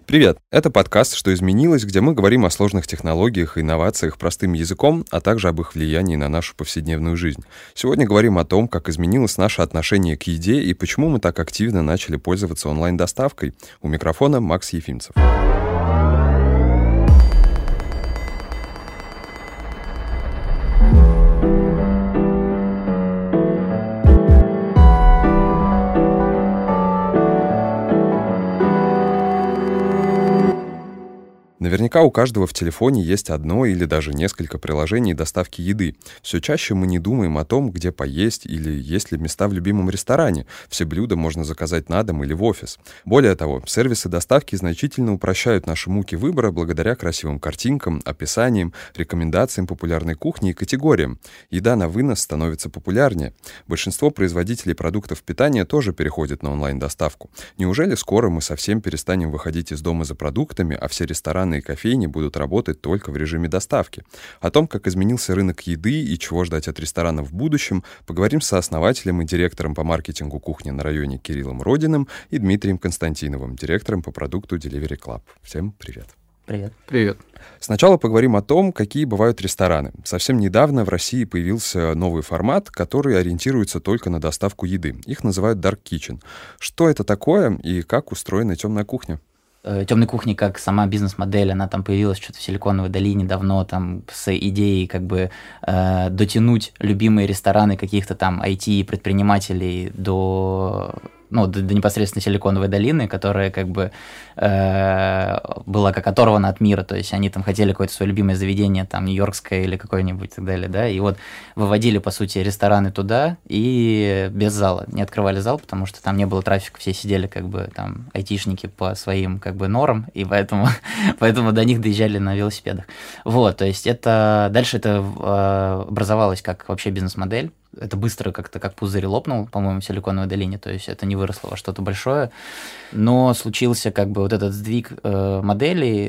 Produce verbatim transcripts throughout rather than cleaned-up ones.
Привет! Это подкаст «Что изменилось?», где мы говорим о сложных технологиях и инновациях простым языком, а также об их влиянии на нашу повседневную жизнь. Сегодня говорим о том, как изменилось наше отношение к еде и почему мы так активно начали пользоваться онлайн-доставкой. У микрофона Макс Ефимцев. Наверняка у каждого в телефоне есть одно или даже несколько приложений доставки еды. Все чаще мы не думаем о том, где поесть или есть ли места в любимом ресторане. Все блюда можно заказать на дом или в офис. Более того, сервисы доставки значительно упрощают наши муки выбора благодаря красивым картинкам, описаниям, рекомендациям популярной кухни и категориям. Еда на вынос становится популярнее. Большинство производителей продуктов питания тоже переходят на онлайн-доставку. Неужели скоро мы совсем перестанем выходить из дома за продуктами, а все рестораны и кофейни будут работать только в режиме доставки? О том, как изменился рынок еды и чего ждать от ресторанов в будущем, поговорим с сооснователем и директором по маркетингу кухни на районе Кириллом Родиным и Дмитрием Константиновым, директором по продукту Delivery Club. Всем привет. Привет. Привет. Сначала поговорим о том, какие бывают рестораны. Совсем недавно в России появился новый формат, который ориентируется только на доставку еды. Их называют Dark Kitchen. Что это такое и как устроена темная кухня? Темной кухни, как сама бизнес-модель, она там появилась что-то в Силиконовой долине давно, там с идеей как бы э, дотянуть любимые рестораны каких-то там ай ти-предпринимателей до... ну, до, до непосредственно Силиконовой долины, которая как бы э, была как оторвана от мира, то есть они там хотели какое-то свое любимое заведение, там, нью-йоркское или какое-нибудь и так далее, да, и вот выводили, по сути, рестораны туда и без зала, не открывали зал, потому что там не было трафика, все сидели как бы там айтишники по своим как бы норам, и поэтому, поэтому до них доезжали на велосипедах. Вот, то есть это, дальше это э, образовалось как вообще бизнес-модель. Это быстро как-то как пузырь лопнул, по-моему, в Силиконовой долине, то есть это не выросло во что-то большое, но случился как бы вот этот сдвиг э, модели,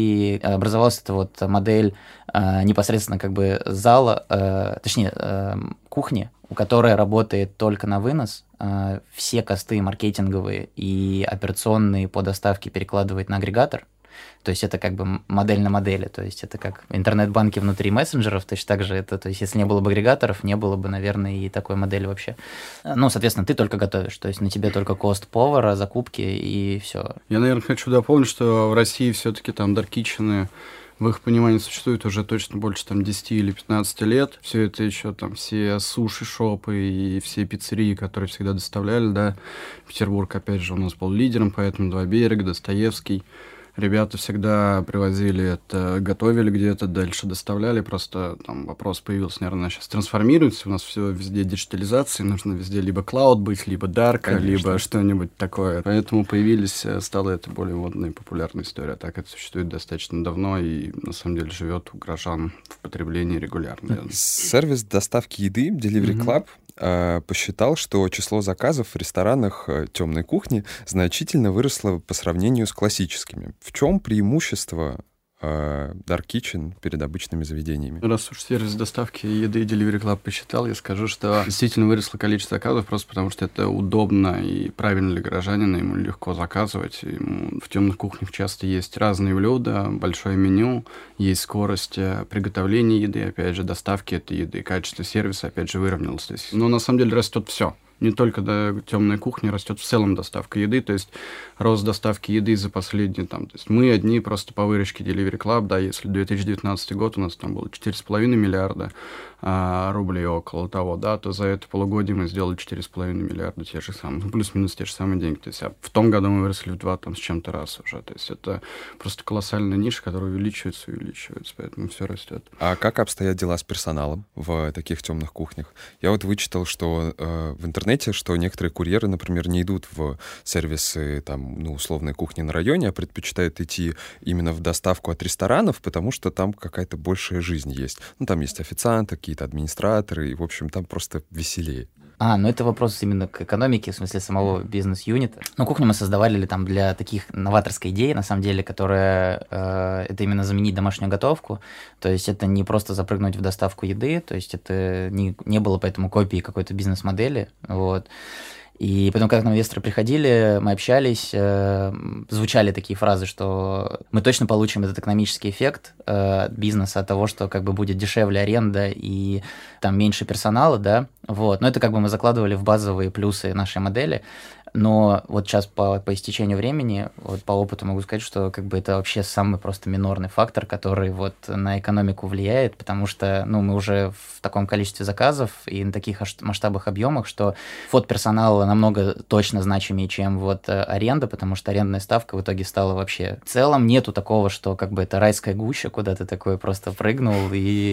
и образовалась эта вот модель э, непосредственно как бы зала, э, точнее, э, кухни, у которой работает только на вынос, э, все косты маркетинговые и операционные по доставке перекладывает на агрегатор. То есть это как бы модель на модели, то есть это как интернет-банки внутри мессенджеров, точно так же это, то есть если не было бы агрегаторов, не было бы, наверное, и такой модели вообще. Ну, соответственно, ты только готовишь, то есть на тебе только кост повара, закупки и все. Я, наверное, хочу дополнить, что в России все-таки там даркитчены, в их понимании, существует уже точно больше там десять или пятнадцать лет. Все это еще там все суши-шопы и все пиццерии, которые всегда доставляли, да. Петербург, опять же, у нас был лидером, поэтому Два берега, Достоевский. Ребята всегда привозили это, готовили где-то, дальше доставляли. Просто там вопрос появился, наверное, сейчас трансформируется. У нас все везде диджитализация, нужно везде либо клауд быть, либо дарк, либо что-нибудь такое. Поэтому появились, стала это более модная и популярная история. Так это существует достаточно давно и, на самом деле, живет у горожан в потреблении регулярно. Сервис доставки еды Delivery Club mm-hmm. посчитал, что число заказов в ресторанах темной кухни значительно выросло по сравнению с классическими. В чем преимущество э, Dark Kitchen перед обычными заведениями? Раз уж сервис доставки еды Delivery Club посчитал, я скажу, что действительно выросло количество заказов, просто потому что это удобно и правильно для горожанина, ему легко заказывать. Ему в темных кухнях часто есть разные блюда, большое меню, есть скорость приготовления еды, опять же, доставки этой еды, качество сервиса, опять же, выровнялось здесь. Но на самом деле растет все. Не только да, темная кухня, растет в целом доставка еды, то есть рост доставки еды за последние, там, то есть мы одни просто по выручке Delivery Club, да, если две тысячи девятнадцатый год у нас там было четыре с половиной миллиарда а, рублей около того, да, то за это полугодие мы сделали четыре с половиной миллиарда те же самые, плюс-минус те же самые деньги, то есть а в том году мы выросли в два там с чем-то раз уже, то есть это просто колоссальная ниша, которая увеличивается и увеличивается, поэтому все растет. А как обстоят дела с персоналом в таких темных кухнях? Я вот вычитал, что э, в интернете что некоторые курьеры, например, не идут в сервисы там, ну, условной кухни на районе, а предпочитают идти именно в доставку от ресторанов, потому что там какая-то большая жизнь есть. Ну, там есть официанты, какие-то администраторы, и, в общем, там просто веселее. А, ну это вопрос именно к экономике, в смысле самого бизнес-юнита. Ну, кухню мы создавали там для таких новаторской идеи, на самом деле, которая э, это именно заменить домашнюю готовку. То есть это не просто запрыгнуть в доставку еды, то есть это не, не было поэтому копии какой-то бизнес-модели, вот. И потом, когда к нам инвесторы приходили, мы общались, э, звучали такие фразы, что мы точно получим этот экономический эффект э, от бизнеса, от того, что как бы будет дешевле аренда и там меньше персонала, да, вот. Но это как бы мы закладывали в базовые плюсы нашей модели. Но вот сейчас по, по истечению времени, вот по опыту могу сказать, что как бы это вообще самый просто минорный фактор, который вот на экономику влияет, потому что, ну, мы уже в таком количестве заказов и на таких масштабах, объемах, что фот персонала намного точно значимее, чем вот аренда, потому что арендная ставка в итоге стала вообще... В целом нету такого, что как бы это райская гуща, куда ты такой просто прыгнул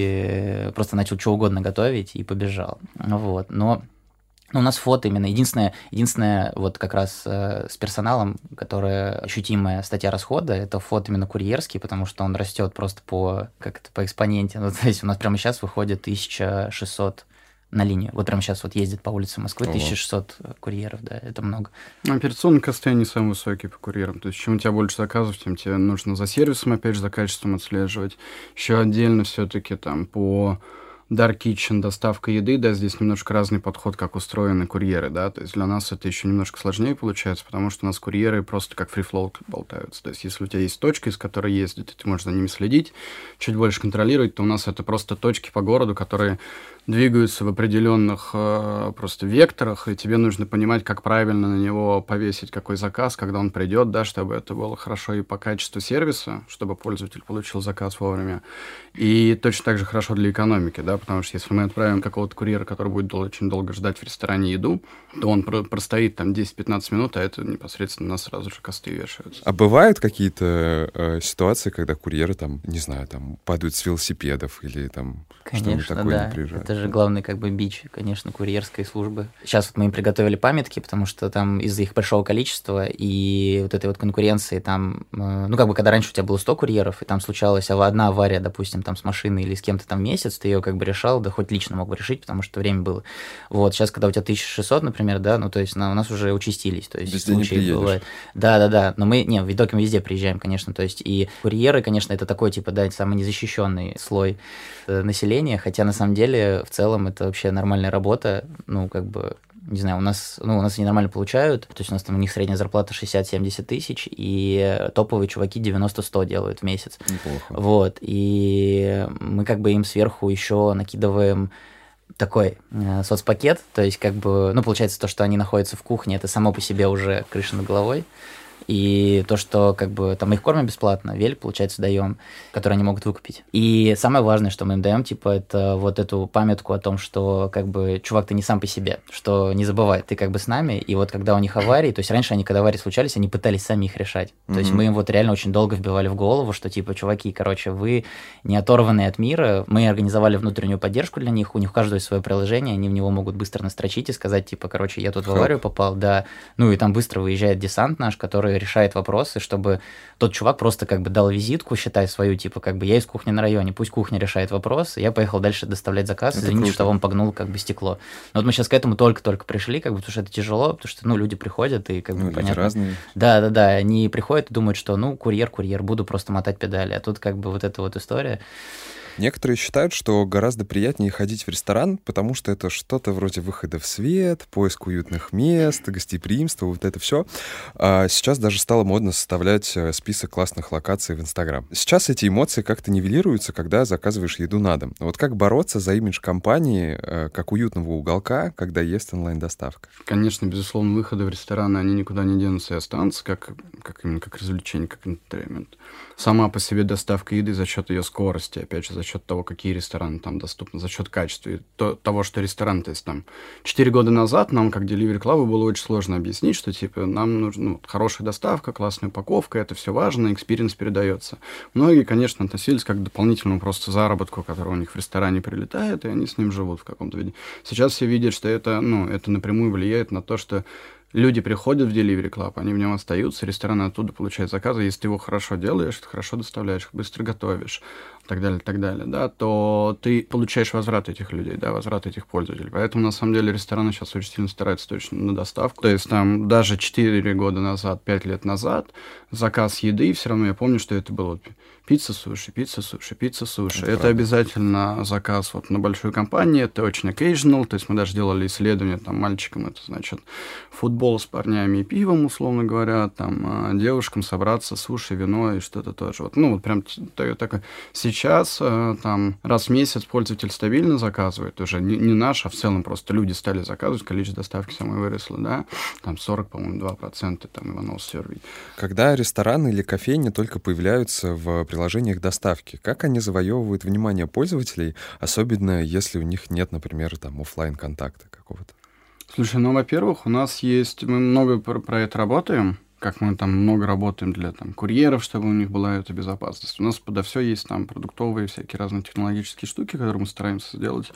и просто начал что угодно готовить и побежал. Вот, но... У нас фото именно единственное, единственное вот как раз э, с персоналом, которая ощутимая статья расхода, это фото именно курьерский, потому что он растет просто по, как это, по экспоненте. Ну, то есть у нас прямо сейчас выходит тысяча шестьсот на линию. Вот прямо сейчас вот ездит по улице Москвы тысяча шестьсот курьеров, да, это много. Операционные косты, они самые высокие по курьерам. То есть, чем у тебя больше заказов, тем тебе нужно за сервисом, опять же, за качеством отслеживать. Еще отдельно все-таки там по... Dark Kitchen, доставка еды, да, здесь немножко разный подход, как устроены курьеры, да, то есть для нас это еще немножко сложнее получается, потому что у нас курьеры просто как фри-флоу болтаются, то есть если у тебя есть точка, из которой ездят, и ты можешь за ними следить, чуть больше контролировать, то у нас это просто точки по городу, которые двигаются в определенных э, просто векторах, и тебе нужно понимать, как правильно на него повесить какой заказ, когда он придет, да, чтобы это было хорошо и по качеству сервиса, чтобы пользователь получил заказ вовремя, и точно так же хорошо для экономики, да, потому что если мы отправим какого-то курьера, который будет дол- очень долго ждать в ресторане еду, то он про- простоит там десять-пятнадцать минут, а это непосредственно на нас сразу же косты вешаются. А бывают какие-то э, ситуации, когда курьеры там, не знаю, там падают с велосипедов или там Конечно, что-нибудь такое да. не приезжает? Это же главный как бы бич, конечно, курьерской службы. Сейчас вот мы им приготовили памятки, потому что там из-за их большого количества и вот этой вот конкуренции там, э, ну как бы когда раньше у тебя было сто курьеров, и там случалась одна авария, допустим, там с машиной или с кем-то там в месяц, ты ее как бы решал, да хоть лично мог бы решить, потому что время было. Вот, сейчас, когда у тебя тысяча шестьсот, например, да, ну то есть на, у нас уже участились, то есть везде не приедешь. Бывает. Да, да, да, но мы, не, в итоге мы везде приезжаем, конечно, то есть и курьеры, конечно, это такой, типа, да, самый незащищенный слой э, населения, хотя на самом деле в целом это вообще нормальная работа, ну, как бы, не знаю, у нас, ну, у нас они нормально получают, то есть у нас там у них средняя зарплата шестьдесят-семьдесят тысяч, и топовые чуваки девяносто-сто делают в месяц. Неплохо. Вот, и мы как бы им сверху еще накидываем такой э, соцпакет, то есть как бы, ну, получается то, что они находятся в кухне, это само по себе уже крыша над головой. И то, что как бы там мы их кормим бесплатно, велик, получается, даем, который они могут выкупить. И самое важное, что мы им даем, типа, это вот эту памятку о том, что как бы чувак, ты не сам по себе, что не забывай, ты как бы с нами, и вот когда у них аварии, то есть раньше они, когда аварии случались, они пытались сами их решать. То mm-hmm. есть мы им вот реально очень долго вбивали в голову, что типа, чуваки, короче, вы не оторванные от мира, мы организовали внутреннюю поддержку для них, у них у каждого есть свое приложение, они в него могут быстро настрочить и сказать, типа, короче, я тут в аварию попал, да, ну и там быстро выезжает десант наш, который решает вопросы, чтобы тот чувак просто как бы дал визитку, считай свою, типа, как бы я из кухни на районе, пусть кухня решает вопросы, я поехал дальше доставлять заказ, это извините, круто. Что вам погнул как бы стекло. Но вот мы сейчас к этому только-только пришли, как бы, потому что это тяжело, потому что, ну, люди приходят и как ну, бы, понятно. Разные. Да-да-да, они приходят и думают, что, ну, курьер, курьер, буду просто мотать педали, а тут как бы вот эта вот история. Некоторые считают, что гораздо приятнее ходить в ресторан, потому что это что-то вроде выхода в свет, поиск уютных мест, гостеприимства, вот это все. А сейчас даже стало модно составлять список классных локаций в Инстаграм. Сейчас эти эмоции как-то нивелируются, когда заказываешь еду на дом. Вот как бороться за имидж компании, как уютного уголка, когда есть онлайн-доставка? Конечно, безусловно, выходы в рестораны, они никуда не денутся и останутся, как, как именно как развлечение, как интертеймент. Сама по себе доставка еды за счет ее скорости, опять же, за счет того, какие рестораны там доступны, за счет качества и то, того, что ресторан, то есть там четыре года назад нам, как Delivery Club, было очень сложно объяснить, что типа нам нужна ну, хорошая доставка, классная упаковка, это все важно, экспириенс передается. Многие, конечно, относились как к дополнительному просто заработку, который у них в ресторане прилетает, и они с ним живут в каком-то виде. Сейчас все видят, что это, ну, это напрямую влияет на то, что Люди приходят в Delivery Club, они в нем остаются, рестораны оттуда получают заказы. Если ты его хорошо делаешь, ты хорошо доставляешь, быстро готовишь, и так далее, и так далее, да, то ты получаешь возврат этих людей, да, возврат этих пользователей. Поэтому, на самом деле, рестораны сейчас очень сильно стараются точно на доставку. То есть там даже четыре года назад, пять лет назад заказ еды, все равно я помню, что это было пицца, суши, пицца, суши, пицца, суши. Это, это обязательно заказ вот на большую компанию, это очень occasional, то есть мы даже делали исследования, там, мальчикам это, значит, футбол с парнями и пивом, условно говоря, там, а девушкам собраться, суши, вино и что-то тоже. Вот, ну, вот прям такое. Сейчас там раз в месяц пользователь стабильно заказывает, уже не, не наш, а в целом просто люди стали заказывать, количество доставки самое выросло, да, там сорок, по-моему, два процента, там, Иванов сервис. Когда рестораны или кофейни только появляются в приложениях доставки, как они завоевывают внимание пользователей, особенно если у них нет, например, там, офлайн-контакта какого-то? Слушай, ну, во-первых, у нас есть, мы много про, про это работаем, как мы там много работаем для там, курьеров, чтобы у них была эта безопасность. У нас подо все есть там продуктовые всякие разные технологические штуки, которые мы стараемся сделать.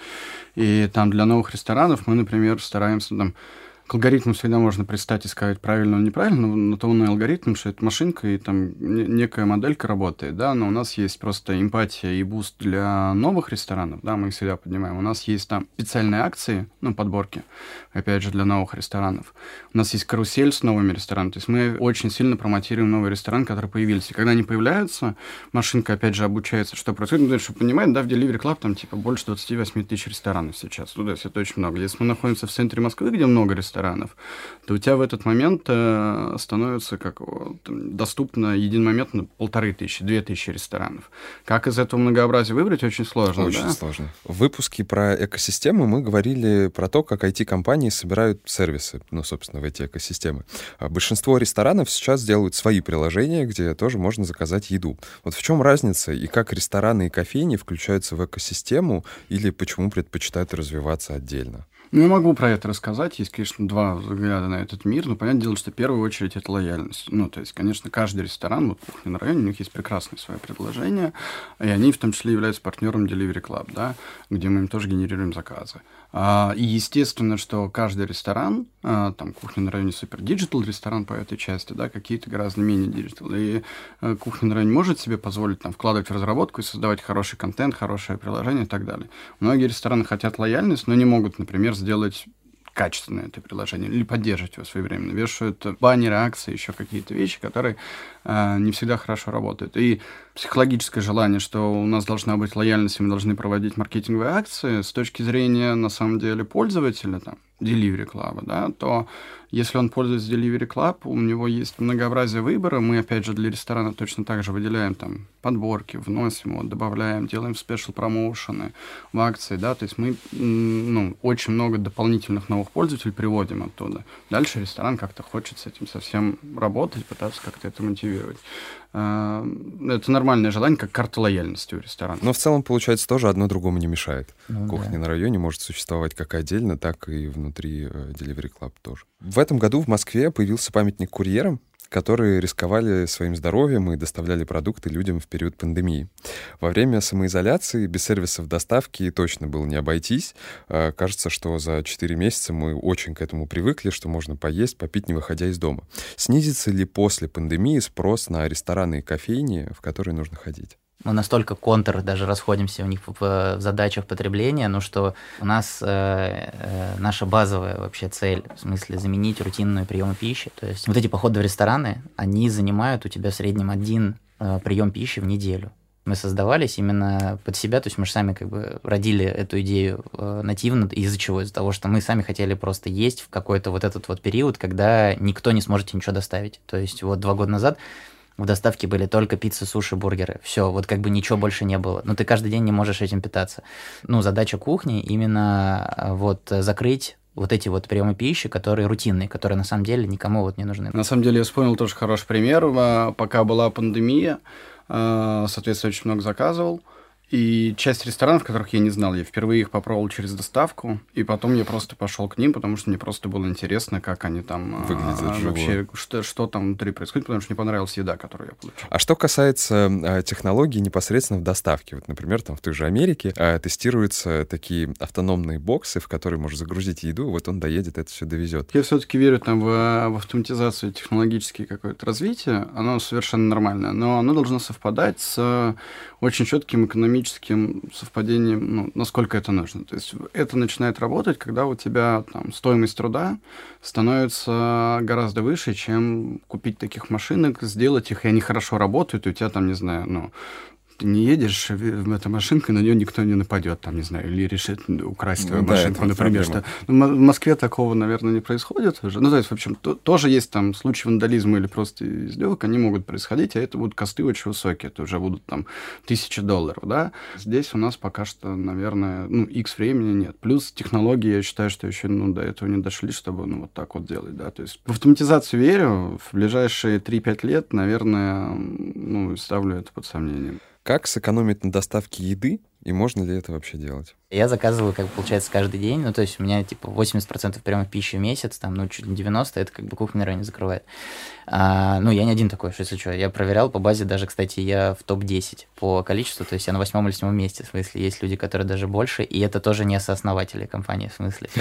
И там для новых ресторанов мы, например, стараемся там... К алгоритму всегда можно пристать и сказать правильно или неправильно, но на то он и алгоритм, что это машинка, и там некая моделька работает, да, но у нас есть просто эмпатия и буст для новых ресторанов, да, мы их всегда поднимаем. У нас есть там специальные акции, ну, подборки, опять же, для новых ресторанов. У нас есть карусель с новыми ресторанами, то есть мы очень сильно промотируем новые рестораны, которые появились. И когда они появляются, машинка, опять же, обучается, что происходит. Ну, чтобы понимать, да, в Delivery Club там, типа, больше двадцать восемь тысяч ресторанов сейчас. Ну, то есть это очень много. Если мы находимся в центре Москвы, где много ресторанов, то у тебя в этот момент э, становится как там, доступно единомоментно полторы тысячи, две тысячи ресторанов. Как из этого многообразия выбрать, очень сложно. Очень да? сложно. В выпуске про экосистемы мы говорили про то, как ай ти-компании собирают сервисы, ну, собственно, в эти экосистемы. А большинство ресторанов сейчас делают свои приложения, где тоже можно заказать еду. Вот в чем разница и как рестораны и кофейни включаются в экосистему или почему предпочитают развиваться отдельно? Ну, я могу про это рассказать. Есть, конечно, два взгляда на этот мир, но понятное дело, что в первую очередь это лояльность. Ну, то есть, конечно, каждый ресторан, вот кухня на районе, у них есть прекрасное свое предложение, и они в том числе являются партнером Delivery Club, да, где мы им тоже генерируем заказы. А, и естественно, что каждый ресторан, а, там, кухня на районе супер диджитал ресторан по этой части, да, какие-то гораздо менее диджитал. И а, кухня на районе может себе позволить там вкладывать в разработку и создавать хороший контент, хорошее приложение и так далее. Многие рестораны хотят лояльность, но не могут, например, сделать качественное это приложение или поддерживать его своевременно. Вешают баннеры, акции, еще какие-то вещи, которые э, не всегда хорошо работают. И психологическое желание, что у нас должна быть лояльность, и мы должны проводить маркетинговые акции с точки зрения, на самом деле, пользователя, там, Delivery Club, да, то если он пользуется Delivery Club, у него есть многообразие выбора. Мы, опять же, для ресторана точно так же выделяем там подборки, вносим его, добавляем, делаем спешл-промоушены в акции, да, то есть мы, ну, очень много дополнительных новых пользователей приводим оттуда. Дальше ресторан как-то хочет с этим совсем работать, пытаться как-то это мотивировать. Это нормальное желание, как карта лояльности у ресторана. Но в целом, получается, тоже одно другому не мешает. Ну, Кухня да. на районе может существовать как отдельно, так и внутри э, Delivery Club тоже. В этом году в Москве появился памятник курьерам, которые рисковали своим здоровьем и доставляли продукты людям в период пандемии. Во время самоизоляции без сервисов доставки точно было не обойтись. Кажется, что за четыре месяца мы очень к этому привыкли, что можно поесть, попить, не выходя из дома. Снизится ли после пандемии спрос на рестораны и кофейни, в которые нужно ходить? Мы настолько контр даже расходимся у них в, в задачах потребления, ну что у нас э, э, наша базовая вообще цель, в смысле заменить рутинные приемы пищи. То есть вот эти походы в рестораны, они занимают у тебя в среднем один э, прием пищи в неделю. Мы создавались именно под себя, то есть мы же сами как бы родили эту идею э, нативно, из-за чего? Из-за того, что мы сами хотели просто есть в какой-то вот этот вот период, когда никто не сможет ничего доставить. То есть вот два года назад в доставке были только пиццы, суши, бургеры. Все, вот как бы ничего больше не было. Но ты каждый день не можешь этим питаться. Ну, задача кухни именно вот закрыть вот эти вот приемы пищи, которые рутинные, которые на самом деле никому вот не нужны. На самом деле я вспомнил тоже хороший пример. Пока была пандемия, соответственно, очень много заказывал. И часть ресторанов, которых я не знал, я впервые их попробовал через доставку, и потом я просто пошел к ним, потому что мне просто было интересно, как они там выглядят а, вообще, что, что там внутри происходит, потому что мне понравилась еда, которую я получил. А что касается а, технологий непосредственно в доставке, вот, например, там в той же Америке а, тестируются такие автономные боксы, в которые можно загрузить еду, вот он доедет, это все довезет. Я все-таки верю там в, в автоматизацию, технологическое какое-то развитие, оно совершенно нормальное, но оно должно совпадать с очень четким экономическим совпадением, ну, насколько это нужно. То есть это начинает работать, когда у тебя там стоимость труда становится гораздо выше, чем купить таких машинок, сделать их, и они хорошо работают, и у тебя там, не знаю, ну, ты не едешь в эту машинку, на нее никто не нападет, там, не знаю, или решит украсть твою ну, машинку, да, например. Что... Ну, в Москве такого, наверное, не происходит уже. Ну, то есть, в общем, то, тоже есть там случаи вандализма или просто издевок, они могут происходить, а это будут косты очень высокие, это уже будут там тысячи долларов, да. Здесь у нас пока что, наверное, ну, X времени нет. Плюс технологии, я считаю, что еще, ну, до этого не дошли, чтобы, ну, вот так вот делать, да. То есть в автоматизацию верю, в ближайшие три-пять лет, наверное, ну, ставлю это под сомнение. Как сэкономить на доставке еды, и можно ли это вообще делать? Я заказываю, как получается, каждый день, ну, то есть у меня, типа, восемьдесят процентов приемов пищи в месяц, там, ну, чуть не девяносто процентов, это как бы кухня наверное, не закрывает. А, ну, я не один такой, что если что, я проверял по базе, даже, кстати, я в топ десять по количеству, то есть я на восьмом или седьмом месте, в смысле, есть люди, которые даже больше, и это тоже не сооснователи компании, в смысле,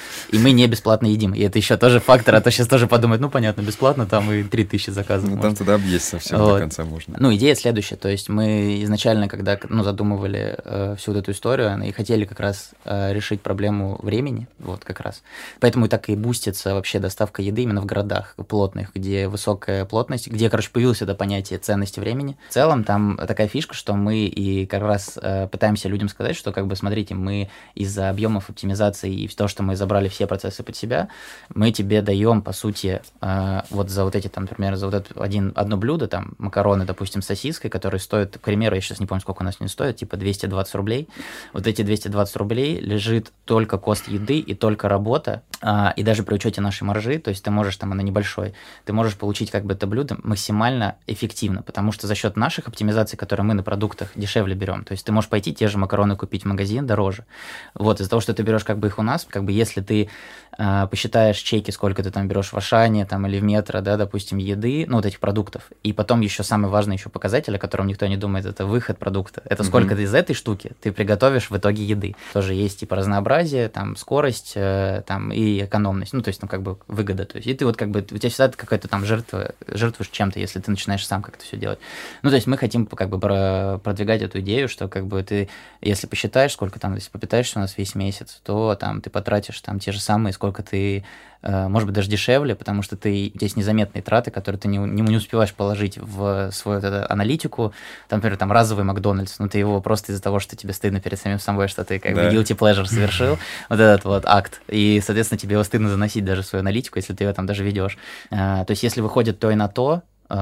и мы не бесплатно едим, и это еще тоже фактор, а то сейчас тоже подумают, ну, понятно, бесплатно, там и три тысячи заказов. Ну, там туда объесть совсем вот. До конца можно. Ну, идея следующая, то есть мы изначально, когда, ну, задумывали э, всю вот эту историю, и хотели как раз э, решить проблему времени, вот как раз, поэтому и так и бустится вообще доставка еды именно в городах плотных, где высокая плотность, где, короче, появилось это понятие ценности времени. В целом там такая фишка, что мы и как раз э, пытаемся людям сказать, что, как бы, смотрите, мы из-за объемов оптимизации и то, что мы забрали все процессы под себя, мы тебе даем, по сути, э, вот за вот эти, там, например, за вот это один, одно блюдо, там, макароны, допустим, с сосиской, которые стоят, к примеру, я сейчас не помню, сколько у нас не стоит, типа двести двадцать рублей. Вот эти двести двадцать рублей лежит только кост еды и только работа, э, и даже при учете нашей маржи, то есть ты можешь, там, она небольшой, ты можешь получить как бы это блюдо максимально эффективно, потому что за счет наших оптимизаций, которые мы на продуктах дешевле берем, то есть ты можешь пойти те же макароны купить в магазин дороже. Вот, из-за того, что ты берешь как бы их у нас, как бы если ты э, посчитаешь чеки, сколько ты там берешь в Ашане там, или в Метро, да, допустим, еды, ну, вот этих продуктов, и потом еще самый важный еще показатель, о котором никто не думает, это выход продукта. Это сколько mm-hmm. ты из этой штуки ты приготовишь в итоге еды. Тоже есть типа разнообразие, там, скорость, э, там, и экономность, ну, то есть, ну, как бы выгода, то есть, и ты вот как бы, у тебя всегда какая-то там жертва, жертвуешь чем-то, если ты начинаешь сам как-то все делать. Ну, то есть мы хотим как бы продвигать эту идею, что как бы ты, если посчитаешь, сколько там, если попитаешься у нас весь месяц, то там ты потратишь там те же самые, сколько ты, э, может быть, даже дешевле, потому что ты, здесь незаметные траты, которые ты не, не, не успеваешь положить в свою вот эту аналитику. Там, например, там разовый Макдональдс, ну ты его просто из-за того, что тебе стыдно перед самим собой, что ты как бы guilty pleasure совершил, вот этот вот акт, и, соответственно, тебе его стыдно заносить даже в свою аналитику, если ты ее там даже ведешь. То есть если выходит то и на то,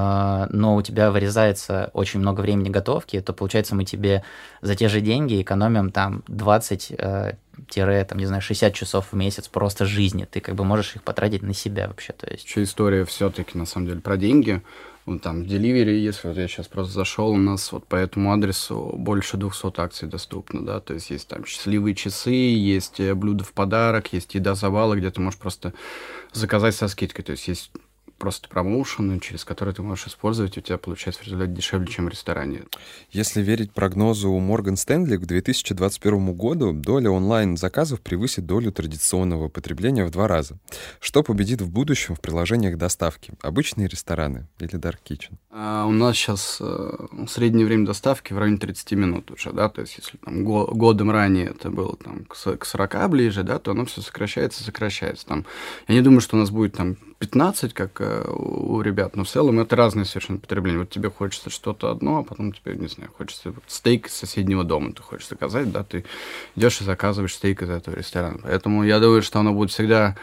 но у тебя вырезается очень много времени готовки, то, получается, мы тебе за те же деньги экономим там двадцать там, не знаю, шестьдесят часов в месяц просто жизни. Ты как бы можешь их потратить на себя вообще. То есть. Еще история все-таки, на самом деле, про деньги. Вот там в Delivery, если вот я сейчас просто зашел, у нас вот по этому адресу больше двухсот акций доступно, да, то есть есть там счастливые часы, есть блюда в подарок, есть еда завала, где ты можешь просто заказать со скидкой, то есть есть просто промоушены, через которые ты можешь использовать, и у тебя получается в результате дешевле, чем в ресторане. Если верить прогнозу Morgan Stanley, к две тысячи двадцать первому году доля онлайн-заказов превысит долю традиционного потребления в два раза. Что победит в будущем в приложениях доставки? Обычные рестораны или Dark Kitchen? А у нас сейчас э, среднее время доставки в районе тридцать минут уже, да, то есть если там го- годом ранее это было там к сорока ближе, да, то оно все сокращается, сокращается. Там, я не думаю, что у нас будет там пятнадцать, как э, у ребят, но в целом это разные совершенно потребления. Вот тебе хочется что-то одно, а потом тебе, не знаю, хочется вот стейк из соседнего дома, ты хочешь заказать, да, ты идешь и заказываешь стейк из этого ресторана. Поэтому я думаю, что оно будет всегда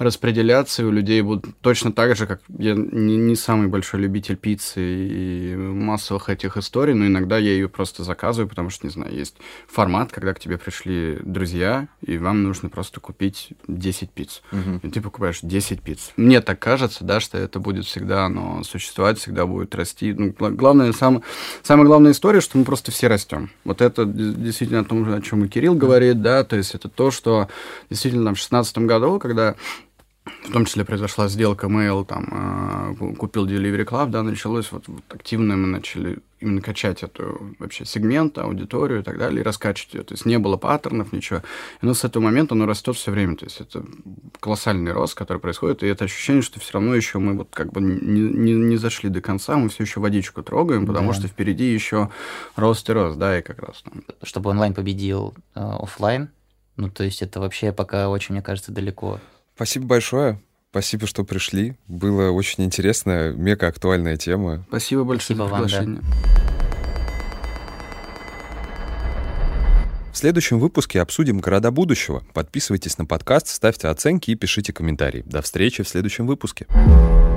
распределяться, и у людей будут точно так же, как я не, не самый большой любитель пиццы и массовых этих историй, но иногда я ее просто заказываю, потому что, не знаю, есть формат, когда к тебе пришли друзья, и вам нужно просто купить десять пиц. Uh-huh. И ты покупаешь десять пиц. Мне так кажется, да, что это будет всегда, оно существовать, всегда будет расти. Ну, главное, сам, самая главная история, что мы просто все растем. Вот это действительно о том, о чем и Кирилл говорит, да, то есть это то, что действительно там, в шестнадцатом году, когда в том числе произошла сделка Mail, там, э, купил Delivery Club, да, началось вот, вот активно мы начали именно качать эту вообще сегмент, аудиторию и так далее, и раскачивать ее. То есть не было паттернов, ничего. И ну, с этого момента оно растет все время. То есть это колоссальный рост, который происходит, и это ощущение, что все равно еще мы вот как бы не, не, не зашли до конца, мы все еще водичку трогаем, потому да. что впереди еще рост и рост, да, и как раз там. Чтобы онлайн победил э, офлайн, ну, то есть это вообще пока очень, мне кажется, далеко. Спасибо большое. Спасибо, что пришли. Было очень интересно, мега актуальная тема. Спасибо большое Спасибо за приглашение. Вам, да. В следующем выпуске обсудим города будущего. Подписывайтесь на подкаст, ставьте оценки и пишите комментарии. До встречи в следующем выпуске.